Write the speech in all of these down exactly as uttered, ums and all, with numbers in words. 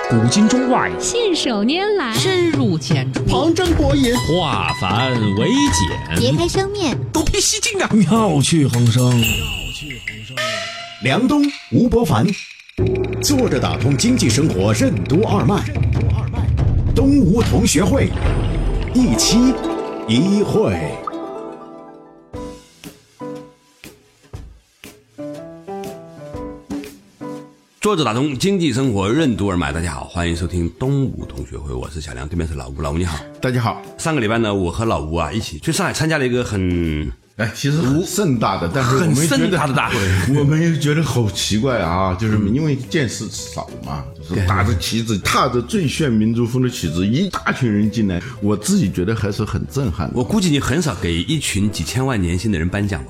古今中外， 信手拈来， 深入浅出， 旁征博引， 化繁为简， 别开生面， 独辟蹊径啊！ 妙趣横生。 梁冬、吴伯凡，坐着打通经济生活任督二脉。东吴同学会，一期一会。 作者打通经济生活任督二脉，大家好，欢迎收听东吴同学会，我是小梁，对面是老吴，老吴你好。 大家好。 上个礼拜呢，我和老吴啊一起去上海参加了一个很哎，其实很盛大的，但是我们很盛大的大会， 我们也觉得好奇怪啊，就是因为见识少嘛，就是打着旗子，踏着最炫民族风的旗帜，一大群人进来，我自己觉得还是很震撼的。 我估计你很少给一群几千万年薪的人颁奖吧。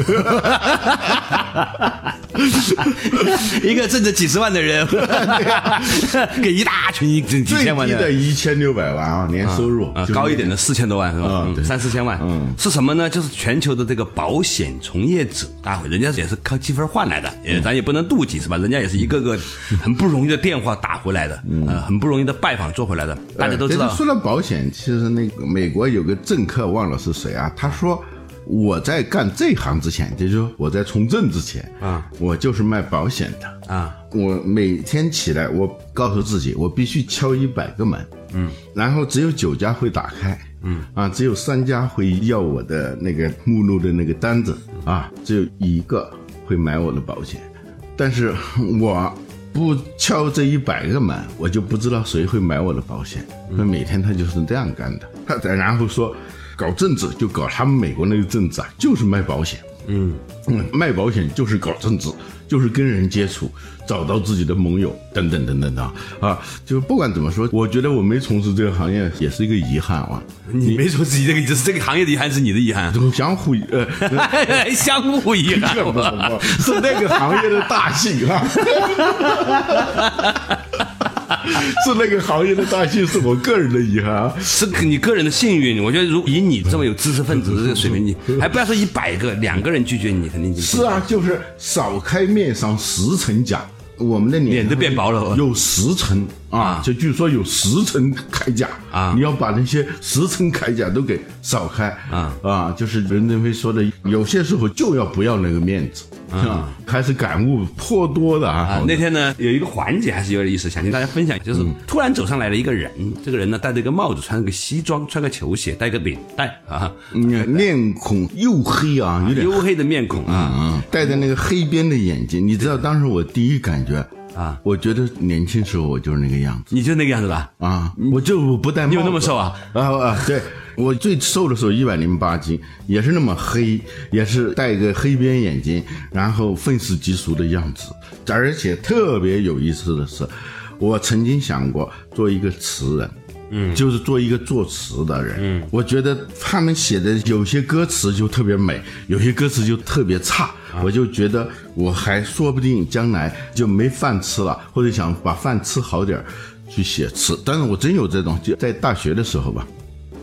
一个挣着几十万的人给一大群几千万的， 最低的一千六百万啊年收入、 啊啊、高一点的四千多万是吧、 啊、 三四千万、嗯、是什么呢？就是全球的这个保险从业者大会，人家也是靠积分换来的、嗯、咱也不能妒忌是吧？人家也是一个个很不容易的电话打回来的、嗯呃、很不容易的拜访做回来的，大家都知道、 呃、说到保险，其实那个美国有个政客忘了是谁啊，他说我在干这行之前，就是说我在从政之前啊，我就是卖保险的啊。我每天起来，我告诉自己，我必须敲一百个门，嗯，然后只有九家会打开，嗯啊，只有三家会要我的那个目录的那个单子啊，只有一个会买我的保险。但是我不敲这一百个门，我就不知道谁会买我的保险。所以每天他就是这样干的。他然后说。搞政治就搞他们美国那个政治啊，就是卖保险，嗯嗯，卖保险就是搞政治，就是跟人接触，找到自己的盟友，等等等等的啊。就不管怎么说，我觉得我没从事这个行业也是一个遗憾啊。 你没从事这个，这是这个行业的遗憾，是你的遗憾， 相互呃，相互遗憾， 是那个行业的大幸啊。是那个行业的大幸，是我个人的遗憾啊， 是你个人的幸运。我觉得，如以你这么有知识分子的这个水平，你还不要说一百个，两个人拒绝你，肯定是啊，就是少开面上十层甲，我们的脸都变薄了， 有十层啊，就据说有十层铠甲啊，你要把那些十层铠甲都给扫开啊啊，就是任正非说的，有些时候就要不要那个面子。啊，还是感悟颇多的 啊, 啊！那天呢，有一个环节还是有点意思，想跟大家分享，就是突然走上来了一个人，嗯、这个人呢戴着一个帽子，穿个西装，穿个球鞋，戴个领带啊， 嗯、面孔黝黑啊，有点黝黑的面孔啊， 嗯，戴着那个黑边的眼镜，你知道当时我第一感觉啊，我觉得年轻时候我就是那个样子， 你就那个样子吧啊，我就我不戴帽子， 你有那么瘦啊？ 啊啊，对。我最瘦的时候一百零八斤，也是那么黑，也是戴一个黑边眼镜，然后愤世嫉俗的样子。而且特别有意思的是，我曾经想过做一个词人，嗯，就是做一个作词的人，嗯，我觉得他们写的有些歌词就特别美，有些歌词就特别差，啊、我就觉得我还说不定将来就没饭吃了，或者想把饭吃好点去写词。但是我真有这种，就在大学的时候吧。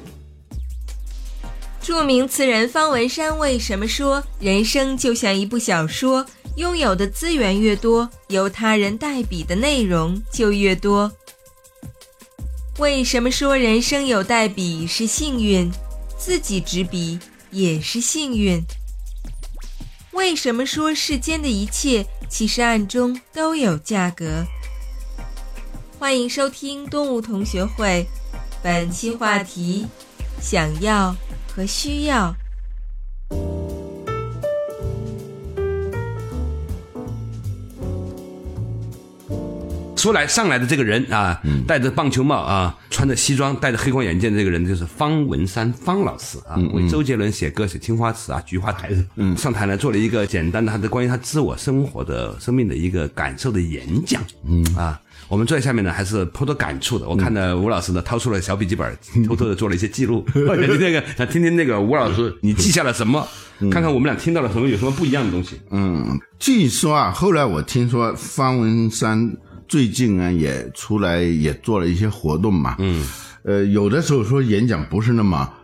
著名词人方文山为什么说人生就像一部小说，拥有的资源越多，由他人代笔的内容就越多？为什么说人生有代笔是幸运，自己执笔也是幸运？为什么说世间的一切其实暗中都有价格？欢迎收听东吴同学会，本期话题：想要和需要。 说来上来的这个人啊，嗯、戴着棒球帽啊，穿着西装，戴着黑框眼镜的这个人就是方文山方老师啊，嗯、为周杰伦写歌，写青花瓷啊，菊花台子，嗯，上台呢做了一个简单的他的关于他自我生活的生命的一个感受的演讲，嗯啊。我们坐在下面呢，还是颇多感触的。我看到吴老师呢，掏出了小笔记本，偷偷的做了一些记录。那个，想听听那个吴老师，你记下了什么？看看我们俩听到了什么，有什么不一样的东西。 嗯，据说啊，后来我听说方文山最近啊也出来也做了一些活动嘛。嗯，呃，有的时候说演讲不是那么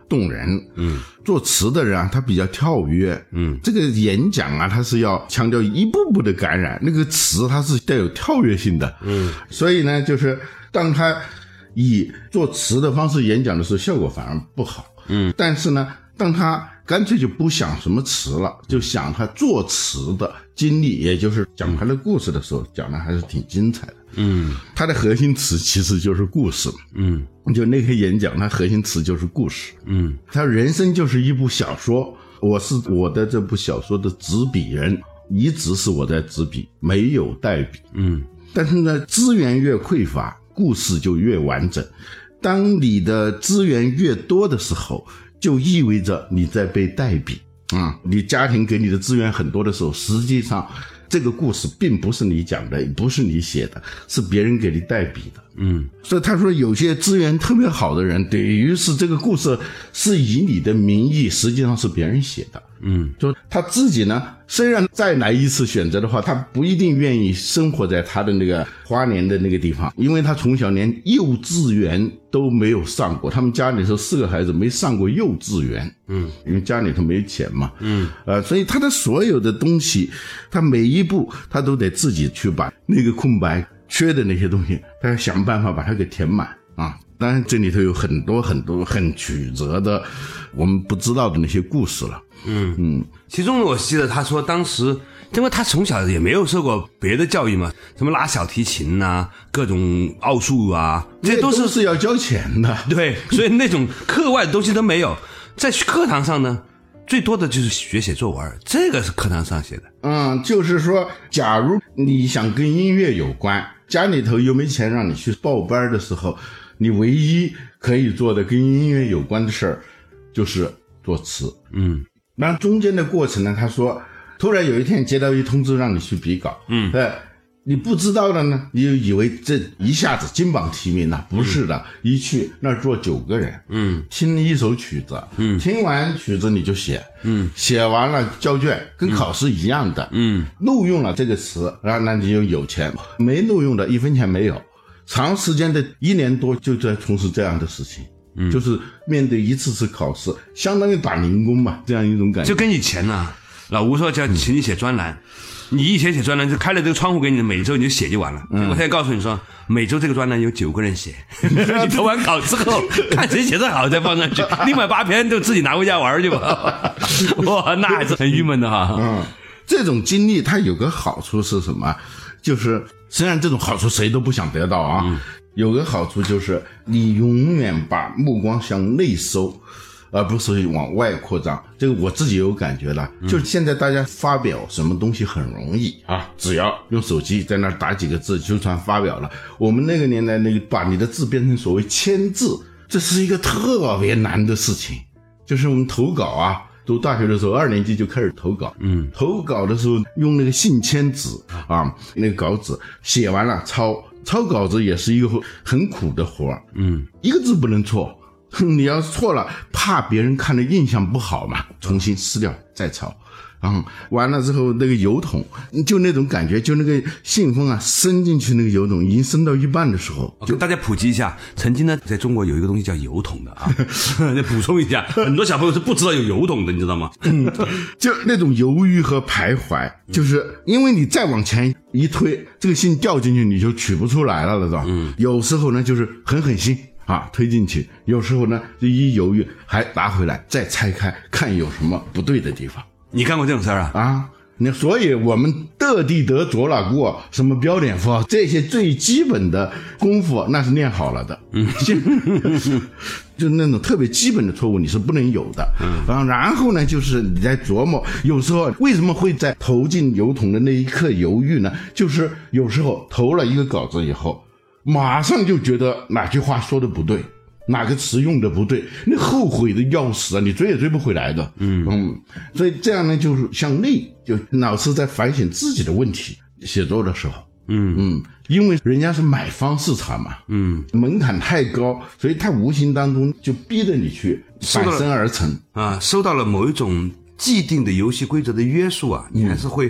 动人。嗯，做词的人啊，他比较跳跃。嗯，这个演讲啊，他是要强调一步步的感染，那个词它是带有跳跃性的。嗯，所以呢，就是当他以做词的方式演讲的时候，效果反而不好。嗯，但是呢，当他干脆就不想什么词了，就想他做词的经历，也就是讲他的故事的时候，讲的还是挺精彩的。嗯，他的核心词其实就是故事。嗯，就那个演讲，他核心词就是故事。嗯，他人生就是一部小说，我是我的这部小说的执笔人，一直是我在执笔，没有代笔。嗯，但是呢，资源越匮乏，故事就越完整。当你的资源越多的时候，就意味着你在被代笔啊、嗯！你家庭给你的资源很多的时候，实际上这个故事并不是你讲的，不是你写的，是别人给你代笔的。嗯，所以他说有些资源特别好的人，等于是这个故事是以你的名义，实际上是别人写的。嗯，就他自己呢，虽然再来一次选择的话，他不一定愿意生活在他的那个花莲的那个地方，因为他从小连幼稚园都没有上过，他们家里头四个孩子没上过幼稚园。嗯，因为家里头没钱嘛。嗯，呃，所以他的所有的东西，他每一步他都得自己去把那个空白缺的那些东西，他要想办法把它给填满啊。当然这里头有很多很多很曲折的我们不知道的那些故事了。嗯嗯， 其中我记得他说当时因为他从小也没有受过别的教育嘛，什么拉小提琴啊，各种奥数啊，这些都是都是要交钱的。 对，所以那种课外的东西都没有。在课堂上呢，最多的就是学写作文，这个是课堂上写的。 嗯，就是说假如你想跟音乐有关，家里头又没钱让你去报班的时候，你唯一可以做的跟音乐有关的事儿就是作词。嗯，那中间的过程呢，他说突然有一天接到一通知让你去比稿。嗯，对，你不知道的呢，你就以为这一下子金榜题名了，不是的。嗯、一去那儿坐九个人，嗯，听一首曲子，嗯，听完曲子你就写，嗯，写完了交卷，跟考试一样的，嗯，录用了这个词，然后那你就有钱，没录用的一分钱没有。长时间的一年多就在从事这样的事情。嗯，就是面对一次次考试，相当于打零工吧，这样一种感觉。 就跟以前啊，老吴说叫请你写专栏，嗯、你以前写专栏就开了这个窗户给你，每周你就写就完了。嗯、我现在告诉你说，每周这个专栏有九个人写，你投完稿之后看谁写得好再放上去，另外八篇就自己拿回家玩去吧。哇，那还是很郁闷的哈。 嗯，这种经历它有个好处是什么？就是虽然这种好处谁都不想得到啊。嗯，有个好处就是你永远把目光向内收，而不是往外扩张。这个我自己有感觉了，就是现在大家发表什么东西很容易啊，只要用手机在那儿打几个字就算发表了。我们那个年代那个把你的字变成所谓签字，这是一个特别难的事情。就是我们投稿啊，读大学的时候二年级就开始投稿，嗯，投稿的时候用那个信签纸啊，那个稿纸写完了抄。抄稿子也是一个很苦的活儿，嗯，一个字不能错，你要错了，怕别人看的印象不好嘛，重新撕掉再抄，然后完了之后那个邮筒，就那种感觉，就那个信封啊，伸进去那个邮筒已经伸到一半的时候， 就跟大家普及一下，曾经呢，在中国有一个东西叫邮筒的啊，再补充一下，很多小朋友是不知道有邮筒的，你知道吗？ 嗯，就那种犹豫和徘徊，就是因为你再往前一推，这个信掉进去你就取不出来了了，是吧？嗯，有时候呢就是狠狠心啊推进去，有时候呢就一犹豫还拿回来再拆开看有什么不对的地方。 你干过这种事儿啊？ 啊，那所以我们得地得着了过什么标点符号这些最基本的功夫那是练好了的。嗯，就那种特别基本的错误你是不能有的。嗯，然后呢就是你在琢磨，有时候为什么会在投进邮筒的那一刻犹豫呢？就是有时候投了一个稿子以后，马上就觉得哪句话说的不对，哪个词用的不对，你后悔的要死啊，你追也追不回来的。嗯嗯，所以这样呢就是向内，就老是在反省自己的问题，写作的时候。嗯嗯，因为人家是买方市场嘛，嗯，门槛太高，所以他无形当中就逼着你去反身而成啊，受到了某一种既定的游戏规则的约束啊，你还是会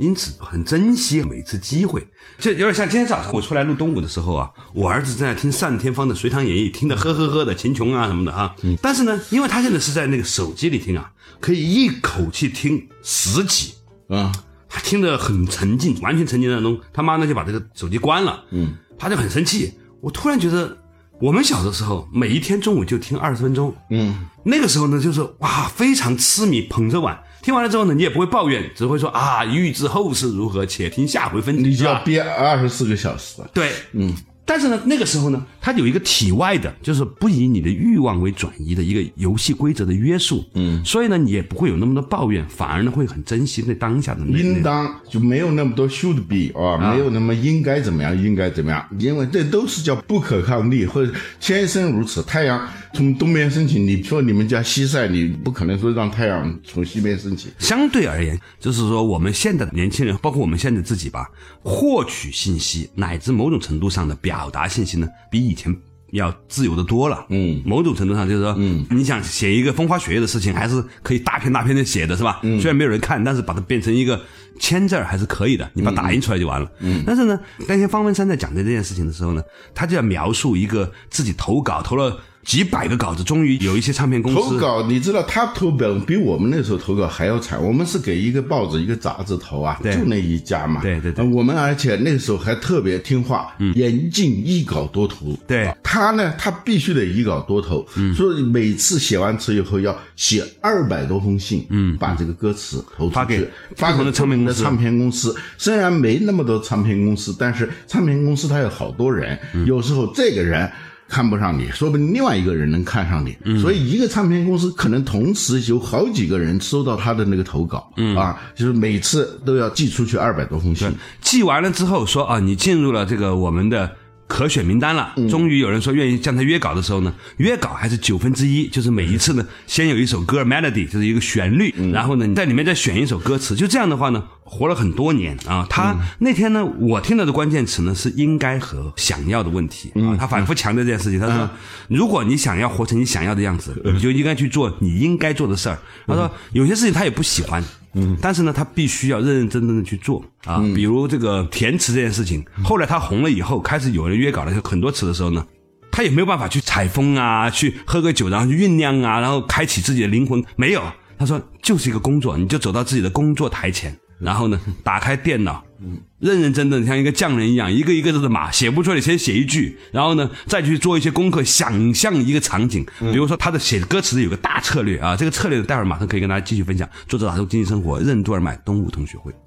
因此很珍惜每次机会。就有点像今天早上我出来录东吴的时候啊，我儿子正在听单田芳的《隋唐演义》，听得呵呵呵的秦琼啊什么的啊、嗯、但是呢因为他现在是在那个手机里听啊，可以一口气听十集啊，他听得很沉浸，完全沉浸当中，他妈呢就把这个手机关了，嗯，他就很生气。我突然觉得我们小的时候每一天中午就听二十分钟，嗯，那个时候呢就是哇非常痴迷，捧着碗，听完了之后呢你也不会抱怨，只会说啊欲知后事如何，且听下回分解。 你就要憋二十四个小时了。 对，嗯。但是呢那个时候呢它有一个体外的，就是不以你的欲望为转移的一个游戏规则的约束，嗯，所以呢你也不会有那么多抱怨，反而呢会很珍惜那当下的那应当，就没有那么多 should be 啊、哦，没有那么应该怎么样应该怎么样，因为这都是叫不可抗力，或者天生如此。太阳从东边升起，你说你们家西晒，你不可能说让太阳从西边升起。 相对而言，就是说我们现在的年轻人，包括我们现在自己吧，获取信息乃至某种程度上的表达信息呢，比以前要自由的多了。嗯，某种程度上就是说，嗯，你想写一个风花雪月的事情，还是可以大篇大篇的写的，是吧？嗯，虽然没有人看，但是把它变成一个签字还是可以的，你把它打印出来就完了。嗯，但是呢，那天方文山在讲这件事情的时候呢，他就要描述一个自己投稿投了几百个稿子，终于有一些唱片公司投稿。你知道他投稿比我们那时候投稿还要惨，我们是给一个报纸一个杂志投啊，就那一家嘛。 对对对， 我们而且那个时候还特别听话，嗯，严禁一稿多投。 对， 他呢他必须得一稿多投，嗯，所以每次写完词以后要写二百多封信，嗯，把这个歌词投出去， 发给发给唱片公司。 唱片公司虽然没那么多唱片公司，但是唱片公司它有好多人，嗯，有时候这个人看不上你，说不定另外一个人能看上你，嗯，所以一个唱片公司可能同时有好几个人收到他的那个投稿，嗯啊，就是每次都要寄出去二百多封信， 寄完了之后说啊，你进入了这个我们的可选名单了，终于有人说愿意向他约稿的时候呢，约稿还是九分之一，就是每一次呢先有一首歌 melody 就是一个旋律，嗯，然后呢你在里面再选一首歌词，就这样的话呢活了很多年啊。他那天呢我听到的关键词呢是应该和想要的问题啊，他反复强调这件事情，他说如果你想要活成你想要的样子，你就应该去做你应该做的事儿。他说有些事情他也不喜欢，嗯，但是呢他必须要认认真真的去做啊，嗯，比如这个填词这件事情，后来他红了以后开始有人约稿了很多词的时候呢，他也没有办法去采风啊，去喝个酒然后去酝酿啊，然后开启自己的灵魂，没有，他说就是一个工作，你就走到自己的工作台前，然后呢打开电脑，认认真真像一个匠人一样一个一个的码，写不出来先写一句，然后呢再去做一些功课，想象一个场景，比如说他的写歌词有个大策略啊，这个策略待会儿马上可以跟大家继续分享。作者打通经济生活任督二脉东吴同学会。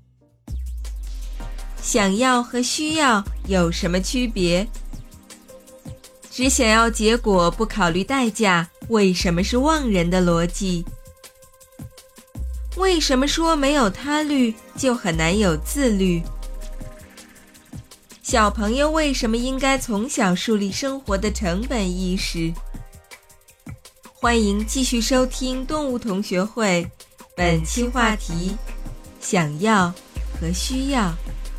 想要和需要有什么区别？只想要结果不考虑代价，为什么是妄人的逻辑？为什么说没有他律就很难有自律？小朋友为什么应该从小树立生活的成本意识？欢迎继续收听动物同学会，本期话题：想要和需要。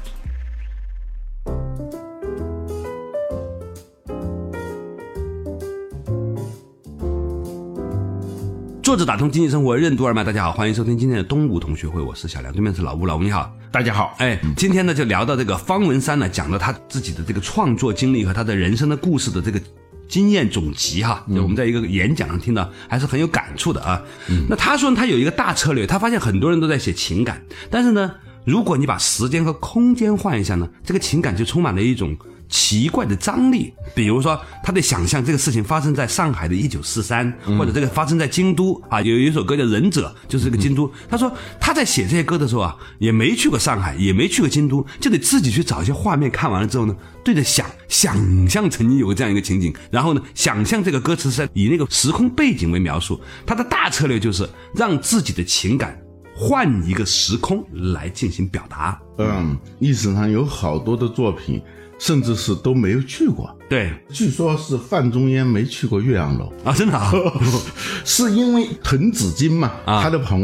作者打通经济生活任督二脉，大家好，欢迎收听今天的东吴同学会，我是小梁，对面是老吴，老吴你好。 大家好。 哎，今天呢就聊到这个方文山呢，讲了他自己的这个创作经历和他的人生的故事的这个经验总集哈，嗯，我们在一个演讲上听到还是很有感触的啊。嗯，那他说他有一个大策略，他发现很多人都在写情感，但是呢如果你把时间和空间换一下呢，这个情感就充满了一种奇怪的张力。比如说他得想象这个事情发生在上海的一九四三，嗯，或者这个发生在京都啊，有一首歌叫忍者，就是这个京都，嗯，他说他在写这些歌的时候啊，也没去过上海，也没去过京都，就得自己去找一些画面，看完了之后呢对着想想象曾经有这样一个情景，然后呢想象这个歌词是以那个时空背景为描述。他的大策略就是让自己的情感换一个时空来进行表达。 嗯，历史上有好多的作品甚至是都没有去过。 对， 据说是范仲淹没去过岳阳楼啊，真的啊？ 是因为滕子京嘛，啊，他的朋友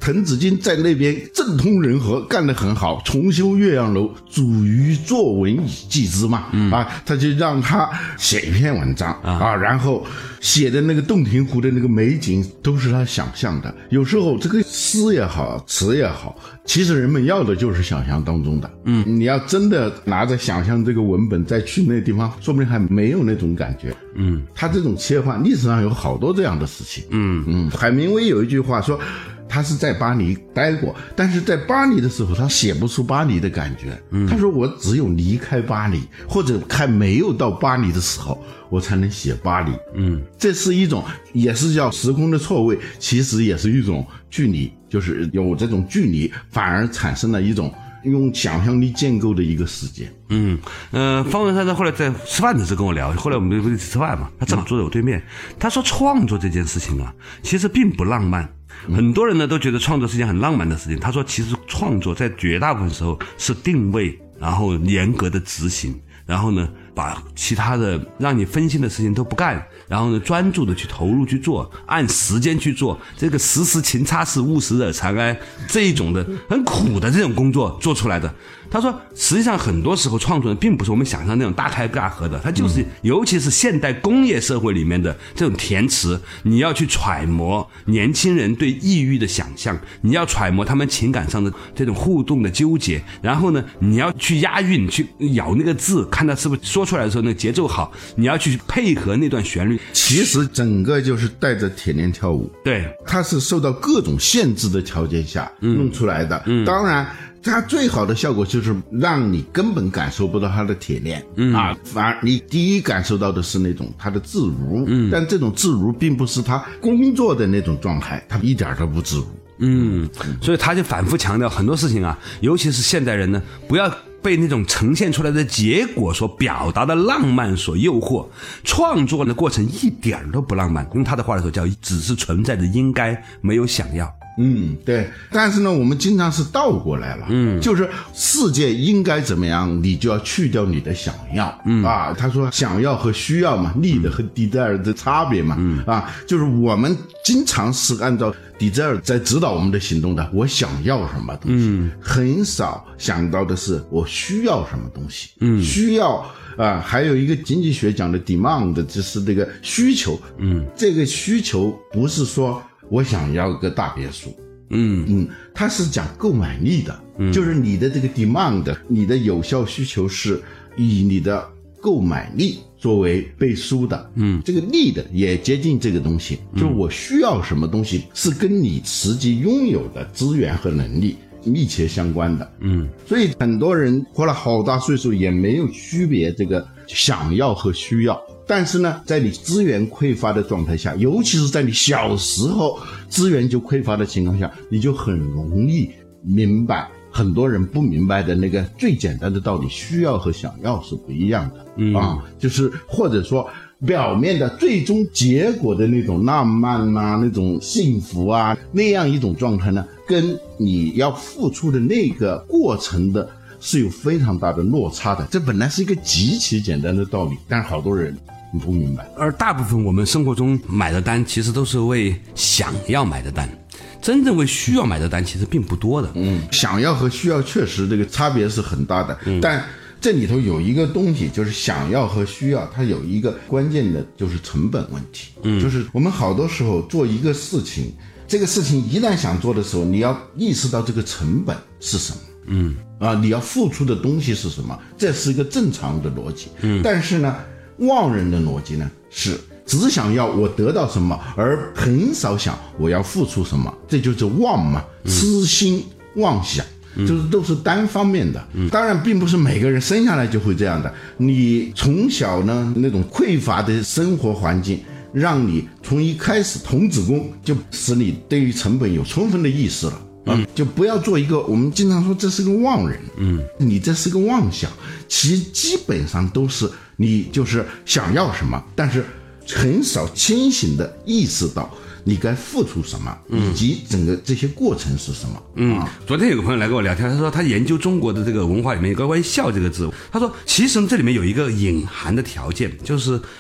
滕子京在那边政通人和，干得很好，重修岳阳楼，主于作文以记之嘛、嗯、啊，他就让他写一篇文章 啊, 啊，然后写的那个洞庭湖的那个美景都是他想象的。有时候这个诗也好，词也好，其实人们要的就是想象当中的。嗯，你要真的拿着想象这个文本再去那地方，说不定还没有那种感觉。嗯，他这种切换，历史上有好多这样的事情。嗯嗯，海明威有一句话说，他是在巴黎待过，但是在巴黎的时候他写不出巴黎的感觉、嗯、他说我只有离开巴黎，或者还没有到巴黎的时候，我才能写巴黎。嗯，这是一种也是叫时空的错位，其实也是一种距离，就是有这种距离反而产生了一种用想象力建构的一个世界。 嗯呃，方文山他后来在吃饭的时候跟我聊，后来我们不是吃饭嘛，他正好坐在我对面、嗯、他说创作这件事情啊其实并不浪漫，很多人呢都觉得创作是一件很浪漫的事情。他说其实创作在绝大部分时候是定位，然后严格的执行，然后呢把其他的让你分心的事情都不干，然后呢专注的去投入去做，按时间去做这个时时勤擦拭勿使惹尘埃这一种的很苦的这种工作做出来的。他说实际上很多时候创作并不是我们想象那种大开大合的，它就是、嗯、尤其是现代工业社会里面的这种填词，你要去揣摩年轻人对抑郁的想象，你要揣摩他们情感上的这种互动的纠结，然后呢你要去押韵，去咬那个字，看他是不是说出来的时候那个节奏好，你要去配合那段旋律。 其实整个就是带着铁链跳舞， 对， 它是受到各种限制的条件下弄出来的、嗯嗯、当然它最好的效果就是让你根本感受不到它的铁链、嗯、啊，反而你第一感受到的是那种它的自如、嗯、但这种自如并不是他工作的那种状态，他一点都不自如。 嗯，所以他就反复强调很多事情啊，尤其是现代人呢，不要被那种呈现出来的结果所表达的浪漫所诱惑，创作的过程一点都不浪漫，用他的话来说叫只是存在的应该，没有想要。 嗯，对。但是呢我们经常是倒过来了，嗯，就是世界应该怎么样，你就要去掉你的想要。嗯啊，他说想要和需要嘛， need 和 desire 的差别嘛。嗯啊，就是我们经常是按照 desire 在指导我们的行动的，我想要什么东西，嗯，很少想到的是我需要什么东西。嗯，需要啊，还有一个经济学讲的 demand， 就是这个需求。嗯，这个需求不是说我想要个大别墅，嗯嗯，它是讲购买力的、嗯、就是你的这个 demand， 你的有效需求是以你的购买力作为背书的，嗯，这个力的也接近这个东西，就是我需要什么东西是跟你实际拥有的资源和能力密切相关的，嗯，所以很多人活了好大岁数也没有区别这个想要和需要。但是呢在你资源匮乏的状态下，尤其是在你小时候资源就匮乏的情况下，你就很容易明白很多人不明白的那个最简单的道理，需要和想要是不一样的、嗯、啊，就是或者说表面的最终结果的那种浪漫啊，那种幸福啊，那样一种状态呢，跟你要付出的那个过程的是有非常大的落差的。这本来是一个极其简单的道理，但是好多人不明白。 而大部分我们生活中买的单其实都是为想要买的单，真正为需要买的单其实并不多的。 嗯，想要和需要确实这个差别是很大的、嗯、但这里头有一个东西，就是想要和需要它有一个关键的就是成本问题。嗯，就是我们好多时候做一个事情，这个事情一旦想做的时候，你要意识到这个成本是什么。嗯啊，你要付出的东西是什么，这是一个正常的逻辑。嗯，但是呢妄人的逻辑呢是只想要我得到什么，而很少想我要付出什么，这就是妄嘛，痴心妄想、嗯、就是都是单方面的、嗯、当然并不是每个人生下来就会这样的，你从小呢那种匮乏的生活环境让你从一开始童子功就使你对于成本有充分的意识了。嗯，就不要做一个我们经常说这是个妄人，嗯，你这是个妄想，其基本上都是你就是想要什么，但是很少清醒的意识到你该付出什么、嗯、以及整个这些过程是什么。嗯、啊， 昨天有个朋友来跟我聊天，他说他研究中国的这个文化里面有个关于笑这个字，他说其实这里面有一个隐含的条件，就是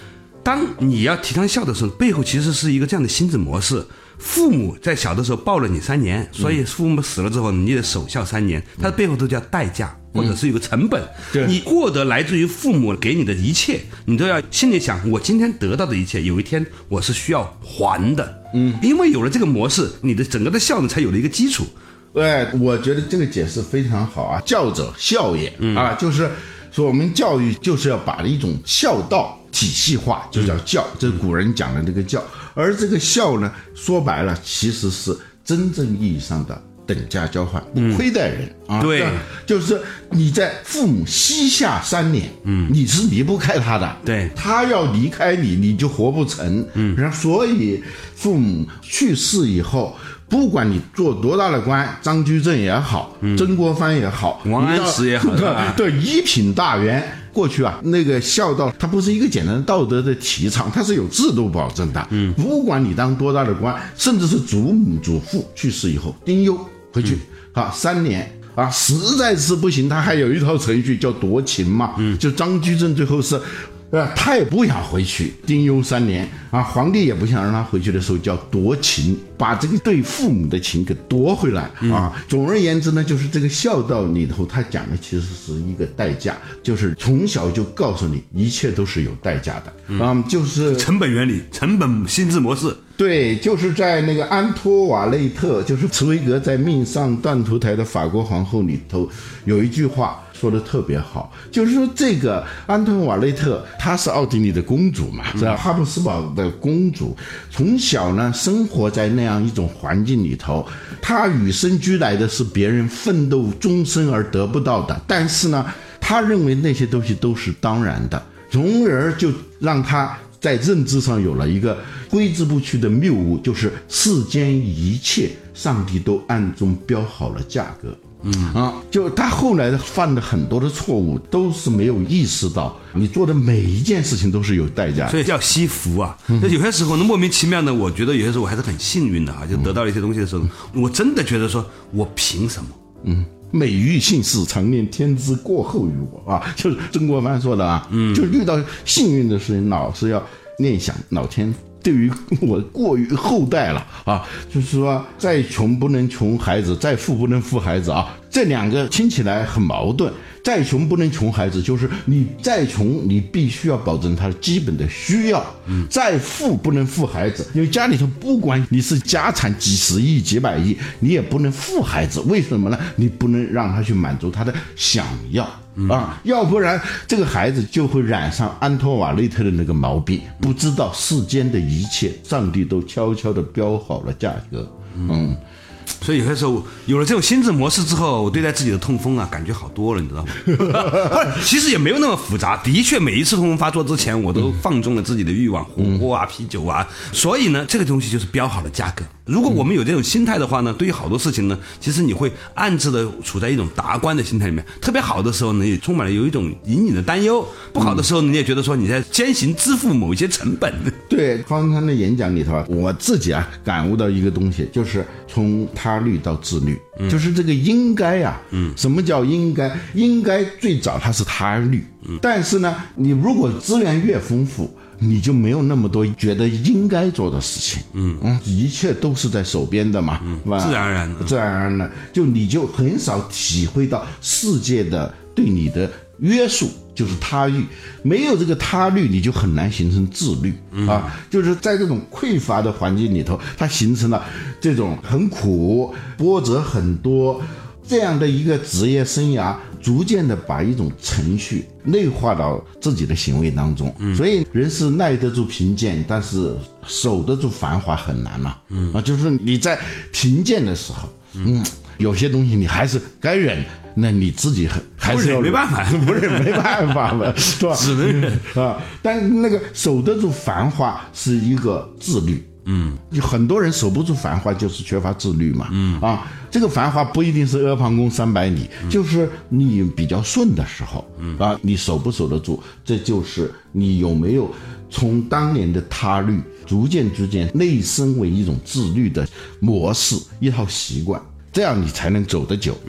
当你要提倡孝的时候，背后其实是一个这样的心智模式。父母在小的时候抱了你三年，所以父母死了之后你得守孝三年，它背后都叫代价，或者是有个成本。 嗯、 你获得来自于父母给你的一切，你都要心里想，我今天得到的一切，有一天我是需要还的。嗯，因为有了这个模式，你的整个的孝呢才有了一个基础。 对，我觉得这个解释非常好啊，教者孝也、嗯、啊，就是说我们教育就是要把一种孝道体系化，就叫教，这是古人讲的这个教。而这个孝呢，说白了其实是真正意义上的等价交换，不亏待人、嗯、啊。 对， 就是你在父母膝下三年，嗯，你是离不开他的， 对， 他要离开你，你就活不成，嗯。然后所以父母去世以后，不管你做多大的官，张居正也好，嗯、曾国藩也好， 王安石也好， 对，一品大员。过去啊，那个孝道它不是一个简单的道德的提倡，它是有制度保证的。嗯，不管你当多大的官，甚至是祖母祖父去世以后，丁忧回去、嗯、啊三年啊，实在是不行，他还有一套程序叫夺情嘛。嗯，就张居正最后是。呃，他也不想回去，丁忧三年啊，皇帝也不想让他回去的时候叫夺情，把这个对父母的情给夺回来、嗯、啊。总而言之呢，就是这个孝道里头，他讲的其实是一个代价，就是从小就告诉你，一切都是有代价的、嗯、啊，就是成本原理、成本心智模式。 对，就是在那个安托瓦内特，就是茨威格在《命上断头台的法国皇后》里头有一句话说的特别好，就是说这个安托瓦内特她是奥地利的公主嘛，是哈布斯堡的公主，从小呢生活在那样一种环境里头，她与生俱来的是别人奋斗终身而得不到的，但是呢她认为那些东西都是当然的，从而就让她在认知上有了一个挥之不去的谬误，就是世间一切上帝都暗中标好了价格。嗯啊，就他后来犯的很多的错误都是没有意识到，你做的每一件事情都是有代价的， 所以叫惜福啊。那、嗯、有些时候呢，莫名其妙的，我觉得有些时候我还是很幸运的啊，就得到了一些东西的时候，嗯、我真的觉得说，我凭什么？嗯。 美欲幸事，常念天之过后于我啊，就是曾国藩说的啊，嗯，就是遇到幸运的事情，老是要念想老天对于我过于厚待了啊，就是说再穷不能穷孩子，再富不能富孩子啊，这两个听起来很矛盾。再穷不能穷孩子，就是你再穷你必须要保证他基本的需要，嗯，再富不能富孩子，因为家里头不管你是家产几十亿几百亿，你也不能富孩子，为什么呢？你不能让他去满足他的想要啊，要不然这个孩子就会染上安托瓦内特的那个毛病，不知道世间的一切上帝都悄悄地标好了价格。嗯， 所以有些时候有了这种心智模式之后，我对待自己的痛风啊感觉好多了，你知道吗？其实也没有那么复杂，的确每一次痛风发作之前我都放纵了自己的欲望，火锅啊啤酒啊，所以呢这个东西就是标好了价格。如果我们有这种心态的话呢，对于好多事情呢，其实你会暗自的处在一种达观的心态里面。特别好的时候呢，也充满了有一种隐隐的担忧；不好的时候呢，你也觉得说你在先行支付某一些成本。 对，方舱的演讲里头啊，我自己啊感悟到一个东西，就是从他律到自律，嗯、就是这个应该啊，嗯，什么叫应该？应该最早它是他律，嗯，但是呢，你如果资源越丰富，你就没有那么多觉得应该做的事情，嗯嗯，一切都是在手边的嘛， 嗯，自然而然的， 自然而然的，就你就很少体会到世界的对你的约束，就是他律，没有这个他律，你就很难形成自律，嗯、啊，就是在这种匮乏的环境里头，它形成了这种很苦、波折很多这样的一个职业生涯，逐渐的把一种程序内化到自己的行为当中，嗯，所以人是耐得住贫贱，但是守得住繁华很难嘛，嗯啊，就是你在贫贱的时候，嗯，有些东西你还是该忍，那你自己还是要没办法， 不是没办法嘛，是吧？ 只能忍啊。但那个守得住繁华是一个自律。嗯，很多人守不住繁华，就是缺乏自律嘛。嗯啊，这个繁华不一定是阿房宫三百里，嗯、就是你比较顺的时候，嗯啊，你守不守得住，这就是你有没有从当年的他律，逐渐逐渐内生为一种自律的模式，一套习惯，这样你才能走得久。嗯，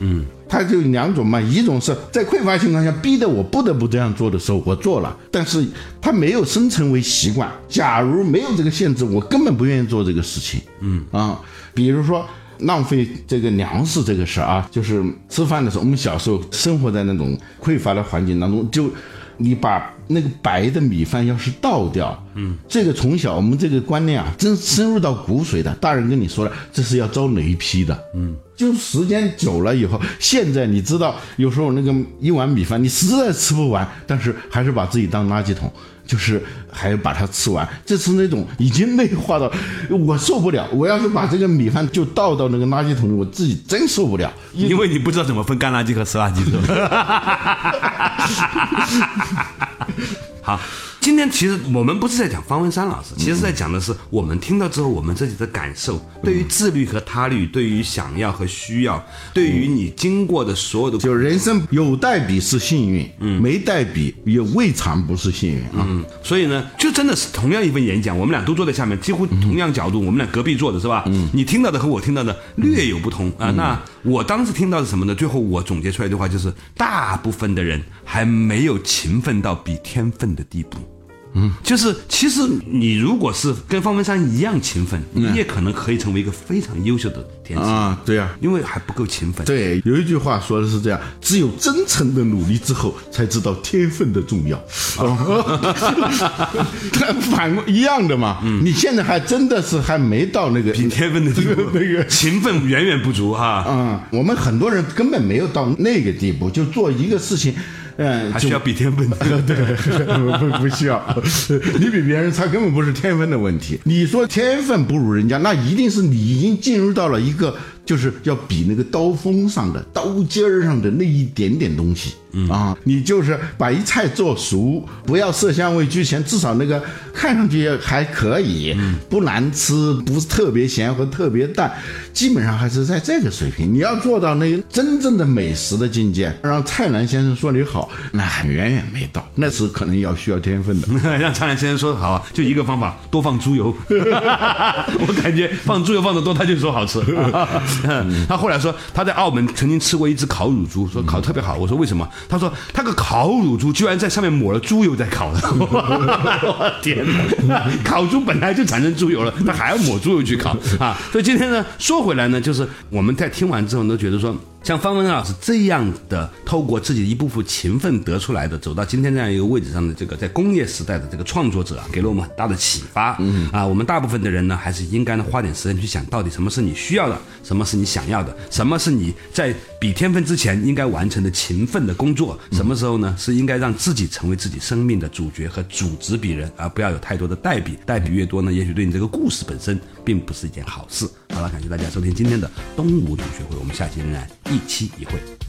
它就两种嘛，一种是在匮乏情况下逼得我不得不这样做的时候我做了，但是它没有生成为习惯。假如没有这个限制，我根本不愿意做这个事情。嗯啊，比如说浪费这个粮食这个事啊，就是吃饭的时候，我们小时候生活在那种匮乏的环境当中，就你把那个白的米饭要是倒掉，嗯，这个从小我们这个观念啊，真深入到骨髓的。大人跟你说了，这是要遭雷劈的，嗯，就时间久了以后，现在你知道，有时候那个一碗米饭你实在吃不完，但是还是把自己当垃圾桶，就是还要把它吃完，这是那种已经内化到我受不了。我要是把这个米饭就倒到那个垃圾桶里，我自己真受不了， 因为你不知道怎么分干垃圾和湿垃圾。好，今天其实我们不是在讲方文山老师，其实在讲的是我们听到之后我们自己的感受，对于自律和他律，对于想要和需要，对于你经过的所有的， 就人生有代笔是幸运，嗯，没代笔也未尝不是幸运啊。 嗯，所以呢，就真的是同样一份演讲，我们俩都坐在下面，几乎同样角度，我们俩隔壁坐的是吧？嗯，你听到的和我听到的略有不同啊。那我当时听到的什么呢？最后我总结出来的话就是，大部分的人还没有勤奋到比天分的地步。嗯，就是其实你如果是跟方文山一样勤奋，你也可能可以成为一个非常优秀的天才啊。对啊， 因为还不够勤奋。 对，有一句话说的是这样：只有真诚的努力之后，才知道天分的重要。反过一样的嘛。嗯，你现在还真的是还没到那个比天分的地步，那个勤奋远远不足哈。 嗯，我们很多人根本没有到那个地步，就做一个事情。嗯， 还需要比天分？ 对，不不需要。你比别人差，根本不是天分的问题。你说天分不如人家，那一定是你已经进入到了一个，就是要比那个刀锋上的刀尖上的那一点点东西。嗯啊，你就是把一菜做熟，不要色香味俱全，至少那个看上去还可以，嗯，不难吃，不是特别咸和特别淡，基本上还是在这个水平。你要做到那个真正的美食的境界，让蔡澜先生说你好，那还远远没到，那是可能要需要天分的。 让蔡澜先生说好啊，就一个方法，多放猪油。我感觉放猪油放得多，他就说好吃。他后来说他在澳门曾经吃过一只烤乳猪，说烤特别好。我说为什么？他说他个烤乳猪居然在上面抹了猪油在烤的。我天哪！烤猪本来就产生猪油了，他还要抹猪油去烤啊！所以今天呢，说回来呢，就是我们在听完之后都觉得说，像方文山老师这样的透过自己一部分勤奋得出来的，走到今天这样一个位置上的这个在工业时代的这个创作者啊，给了我们很大的启发。嗯啊，我们大部分的人呢，还是应该呢花点时间去想到底什么是你需要的，什么是你想要的，什么是你在比天分之前应该完成的勤奋的工作，什么时候呢是应该让自己成为自己生命的主角和主执笔人，而不要有太多的代笔，代笔越多呢，也许对你这个故事本身并不是一件好事。好了，感谢大家收听今天的东吴同学会，我们下期仍然一期一会。